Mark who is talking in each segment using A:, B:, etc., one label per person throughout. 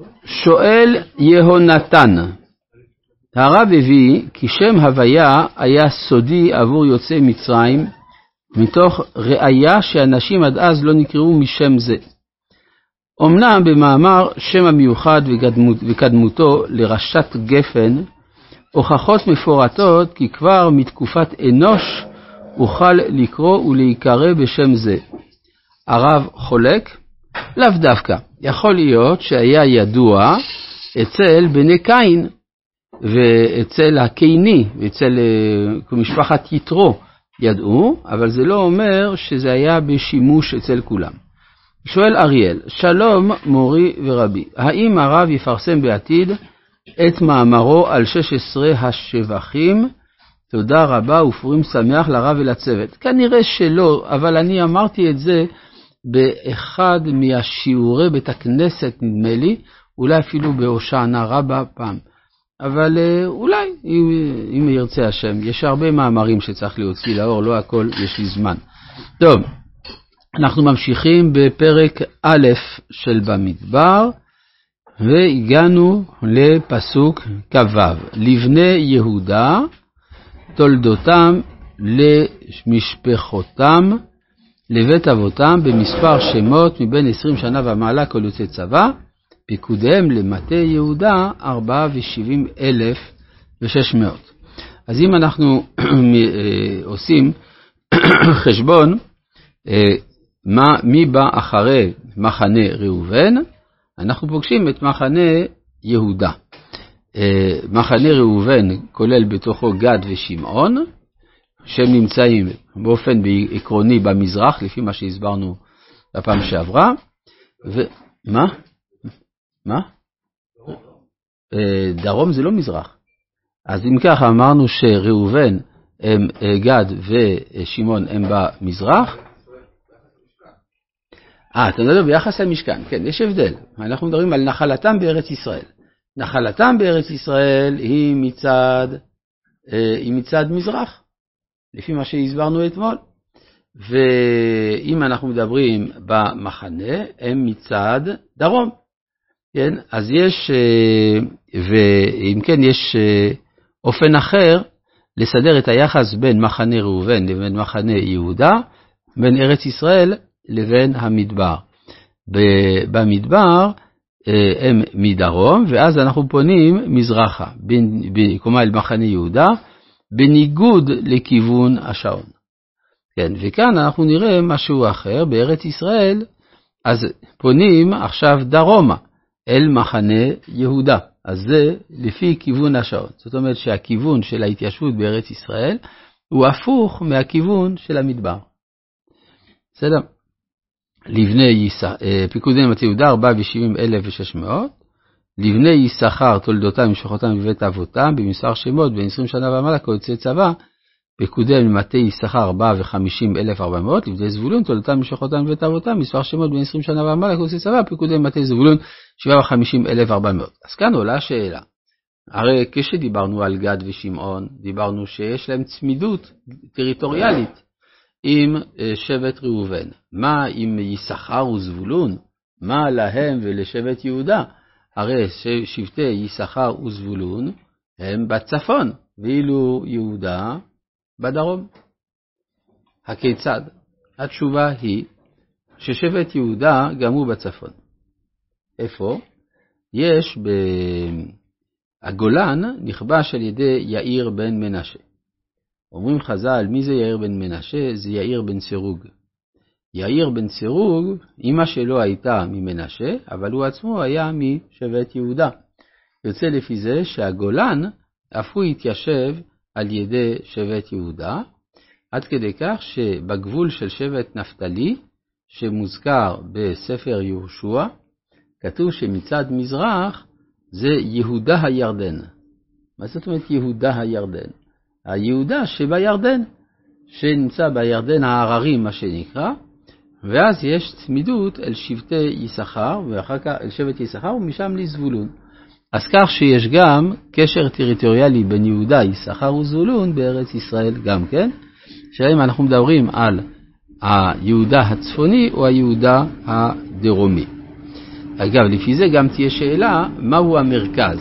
A: שואל יהונתן, הרב הביא כי שם הוויה היה סודי עבור יוצאי מצרים, מתוך ראיה שאנשים עד אז לא נקראו משם זה. אמנם במאמר שם המיוחד וקדמותו לרשת גפן, הוכחות מפורטות כי כבר מתקופת אנוש אוכל לקרוא ולהיקרא בשם זה. הרב חולק, לאו דווקא. יכול להיות שהיה ידוע אצל בני קין ואצל הקייני ואצל משפחת יתרו ידעו, אבל זה לא אומר שזה היה בשימוש אצל כולם. שואל אריאל, שלום מורי ורבי, האם הרב יפרסם בעתיד את מאמרו על 16 השבחים? תודה רבה ופורים שמח לרב ולצוות. כנראה שלא, אבל אני אמרתי את זה באחד מהשיעורי בית הכנסת, נדמה לי, אולי אפילו בהושענא רבה פעם. אבל אולי, אם ירצה השם, יש הרבה מאמרים שצריך להוציא לאור, לא הכל יש לי זמן. טוב, אנחנו ממשיכים בפרק א' של במדבר, והגענו לפסוק כ"ו. לבני יהודה, תולדותם למשפחותם, לבית אבותם, במספר שמות מבין 20 שנה ומעלה כל יוצאי צבא, פיקודיהם למטה יהודה 470,600. אז אם אנחנו עושים חשבון, מי בא אחרי מחנה ראובן, אנחנו פוגשים את מחנה יהודה. מחנה ראובן כולל בתוכו גד ושמעון, שהם נמצאים באופן עקרוני במזרח, לפי מה שהסברנו בפעם שעברה. ומה? מה? דרום זה לא מזרח. אז אם ככה אמרנו שראובן, גד ושמעון הם במזרח. אתה מדבר ביחס למשכן, כן, יש הבדל. אנחנו מדברים על נחלתם בארץ ישראל. נחלתם בארץ ישראל היא מצד מזרח, לפי מה שהסברנו אתמול. ואם אנחנו מדברים במחנה, הם מצד דרום. כן, אז יש, ואם כן יש אופן אחר לסדר את היחס בין מחנה ראובן לבין מחנה יהודה, בין ארץ ישראל לבין המדבר. במדבר הם מדרום, ואז אנחנו פונים מזרחה, כלומר אל מחנה יהודה, בניגוד לכיוון השעון. כן, וכאן אנחנו נראה משהו אחר, בארץ ישראל, אז פונים עכשיו דרומה, אל מחנה יהודה. אז זה לפי כיוון השעון. זאת אומרת שהכיוון של ההתיישבות בארץ ישראל, הוא הפוך מהכיוון של המדבר. בסדר? לבני פיקודי למטה יהודה 470,600, לבני יששכר תולדותם ומשפחותם בבית אבותם, במספר שמות בין 20 שנה ומעלה כל יוצאי צבא, פיקודי למטה יששכר 450,400, לבני זבולון תולדותם ומשפחותם בבית אבותם, מספר שמות בין 20 שנה ומעלה כל יוצאי צבא, פיקודי למטה זבולון 750,400. אז כאן עולה השאלה, הרי כשדיברנו על גד ושמעון, דיברנו שיש להם צמידות טריטוריאלית עם שבט ראובן. מה עם יששכר וזבולון? מה להם ולשבט יהודה? הרי שבטי יששכר וזבולון הם בצפון, ואילו יהודה בדרום. הכיצד? התשובה היא ששבט יהודה גם הוא בצפון. איפה? יש הגולן נכבש על ידי יאיר בן מנשה. אומרים חז"ל, מי זה יאיר בן מנשה? זה יאיר בן סירוג. יאיר בן סירוג, אמא שלו הייתה ממנשה, אבל הוא עצמו היה משבט יהודה. יוצא לפי זה שהגולן אף הוא התיישב על ידי שבט יהודה, עד כדי כך שבגבול של שבט נפתלי, שמוזכר בספר יהושע, כתוב שמצד מזרח זה יהודה הירדן. מה זאת אומרת יהודה הירדן? היהודה שבירדן, שנמצא בירדן העררים מה שנקרא, ואז יש צמידות אל שבטי יששכר, ואחר כך אל שבט יששכר ומשם לזבולון. אז כך שיש גם קשר טריטוריאלי בין יהודה, יששכר וזבולון בארץ ישראל גם כן, שאם אנחנו מדברים על היהודה הצפוני או היהודה הדרומי. אגב, לפי זה גם תהיה שאלה, מהו המרכז?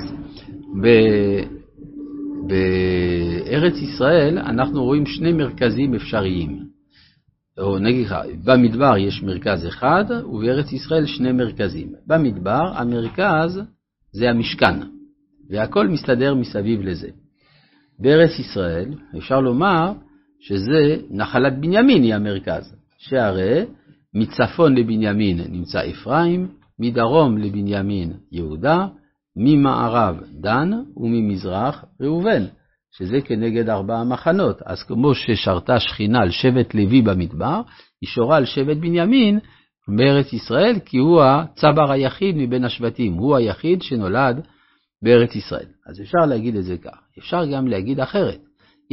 A: בארץ ישראל אנחנו רואים שני מרכזים אפשריים. או נגיד לך, במדבר יש מרכז אחד, ובארץ ישראל שני מרכזים. במדבר המרכז זה המשכן, והכל מסתדר מסביב לזה. בארץ ישראל אפשר לומר שזה נחלת בנימין היא המרכז, שהרי מצפון לבנימין נמצא אפרים, מדרום לבנימין יהודה, ממערב דן וממזרח ראובן, שזה כנגד 4 מחנות. אז כמו ששרתה שכינה על שבט לוי במדבר, היא שורה על שבט בנימין בארץ ישראל, כי הוא הצבר היחיד מבין השבטים, הוא היחיד שנולד בארץ ישראל. אז אפשר להגיד את זה כך. אפשר גם להגיד אחרת.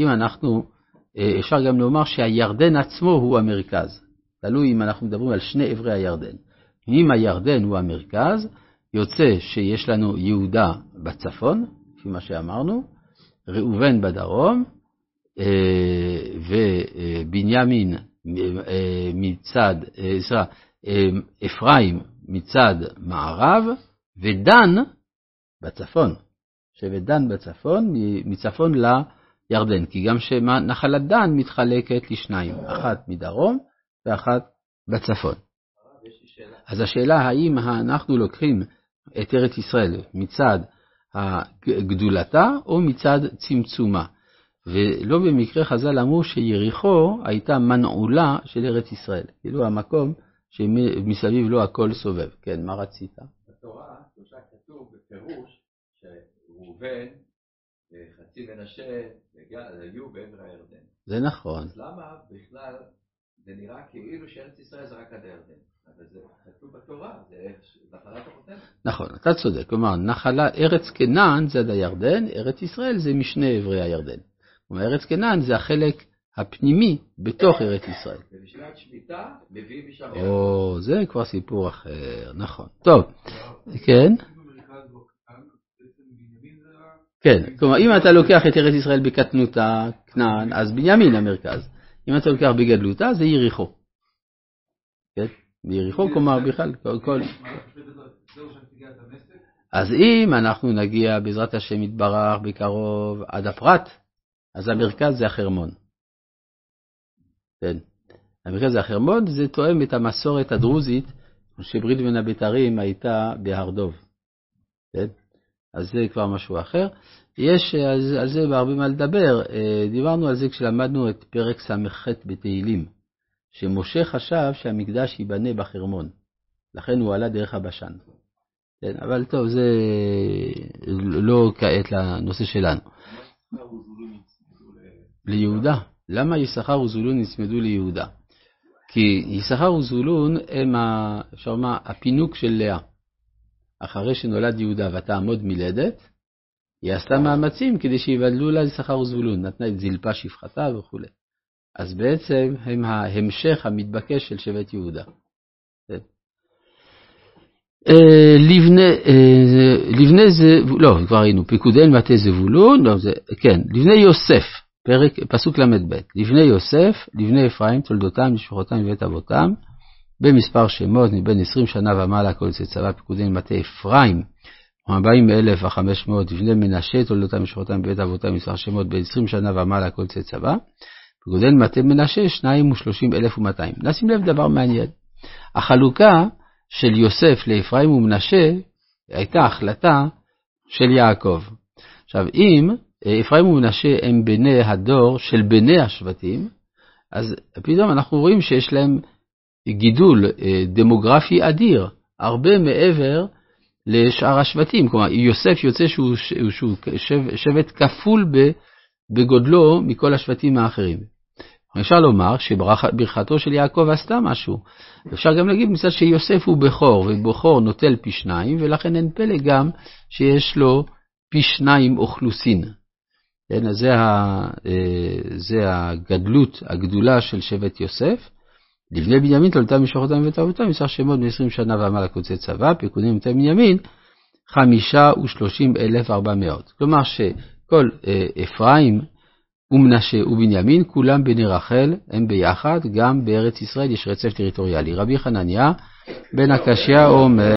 A: אפשר גם לומר שהירדן עצמו הוא המרכז. תלוי אם אנחנו מדברים על שני עברי הירדן. אם הירדן הוא המרכז, יוצא שיש לנו יהודה בצפון, לפי מה שאמרנו, ראובן בדרום, ובנימין מצד, אפרים מצד מערב, ודן בצפון, שבט דן בצפון, מצפון לירדן, כי גם שנחלת דן מתחלקת לשניים, אחת מדרום ואחת בצפון. אז השאלה האם אנחנו לוקחים את ארץ ישראל מצד גדולתה או מצד צמצומה. ולא במקרה חז"ל אמרו שיריחו הייתה מנעולה של ארץ ישראל. כאילו המקום שמסביב לו הכל סובב. כן, מה רצית?
B: בתורה, שלושה כתוב בפירוש שראובן וחצי מנשה היו בעבר הירדן.
A: זה נכון.
B: אז למה בכלל זה נראה כאילו שארץ ישראל זה רק עד הירדן? אבל זה כתוב בתורה, זה נחלת אבותינו.
A: נכון, אתה צודק. כלומר, ארץ כנען זה עד הירדן, ארץ ישראל זה משני עברי הירדן. כלומר, ארץ כנען זה החלק הפנימי בתוך ארץ ישראל.
B: ובשביל שמיטה מביאים משם.
A: זה כבר סיפור אחר, נכון. טוב, כן. כן, כלומר, אם אתה לוקח את ארץ ישראל בקטנותה, כנען, אז בנימין המרכז. אם אתה לוקח בגדלותה, זה יריחו. כן? ביריחו, כלומר, בכלל, כל... אז אם אנחנו נגיע בעזרת השם יתברך בקרוב עד הפרת, אז המרכז זה החרמון. כן. המרכז זה החרמון, זה תואם את המסורת הדרוזית, שברית בין הבתרים הייתה בהר דוב. כן? אז זה כבר משהו אחר. יש על זה בהרבה מה לדבר. דיברנו על זה כשלמדנו את פרק ס"ח בתהילים, שמשה חשב שהמקדש ייבנה בחרמון. לכן הוא עלה דרך הבשן. כן, אבל טוב, זה לא כעת לנושא שלנו. ליהודה. למה יששכר וזבולון נצמדו ליהודה? כי יששכר וזבולון הם אפשר לומר, הפינוק של לאה. אחרי שנולד יהודה ותעמוד מלדת, היא עשתה מאמצים כדי שיבדלו לה יששכר וזבולון, נתנה את זלפה שפחתה וכו'. אז בעצם הם ההמשך המתבקש של שבט יהודה. לבני זה, לא, כבר ראינו, פיקודיהם מטה זבולון, לא, זה, כן, לבני יוסף, פסוק למד ב', לבני יוסף, לבני אפרים, תולדותם, משפחותם ובית אבותם, במספר שמות, מבין 20 שנה ומעלה כל יוצאי צבא, פיקודיהם מטה אפרים, 40,500, לבני מנשה, תולדותם, משפחותם ובית אבותם, מספר שמות, בין 20 שנה ומעלה כל יוצאי צבא, פיקודיהם מטה מנשה, 32,200. נשים לב דבר מעניין, החלוקה של יוסף לאפרים ומנשה הייתה החלטה של יעקב. עכשיו, אם אפרים ומנשה הם בני הדור של בני השבטים, אז פתאום אנחנו רואים שיש להם גידול דמוגרפי אדיר, הרבה מעבר לשאר השבטים. כלומר, יוסף יוצא שהוא שבט כפול בגודלו מכל השבטים האחרים. אפשר לומר שברכתו של יעקב עשתה משהו. אפשר גם להגיד מצד שיוסף הוא בכור, ובכור נוטל פי 2, ולכן אין פלא גם שיש לו פי 2 אוכלוסין. זה הגדלות, הגדולה של שבט יוסף. לבני בנימין תולדותם משפחותם ובית אבותם, מספר שמות מ-20 שנה ומעלה כל יוצאי צבא, פיקודים מטה בנימין 35,400. כלומר שכל אפרים ומנשה ובנימין, כולם בני רחל, הם ביחד, גם בארץ ישראל יש רצף טריטוריאלי. רבי חנניה בן הקשיא אומר,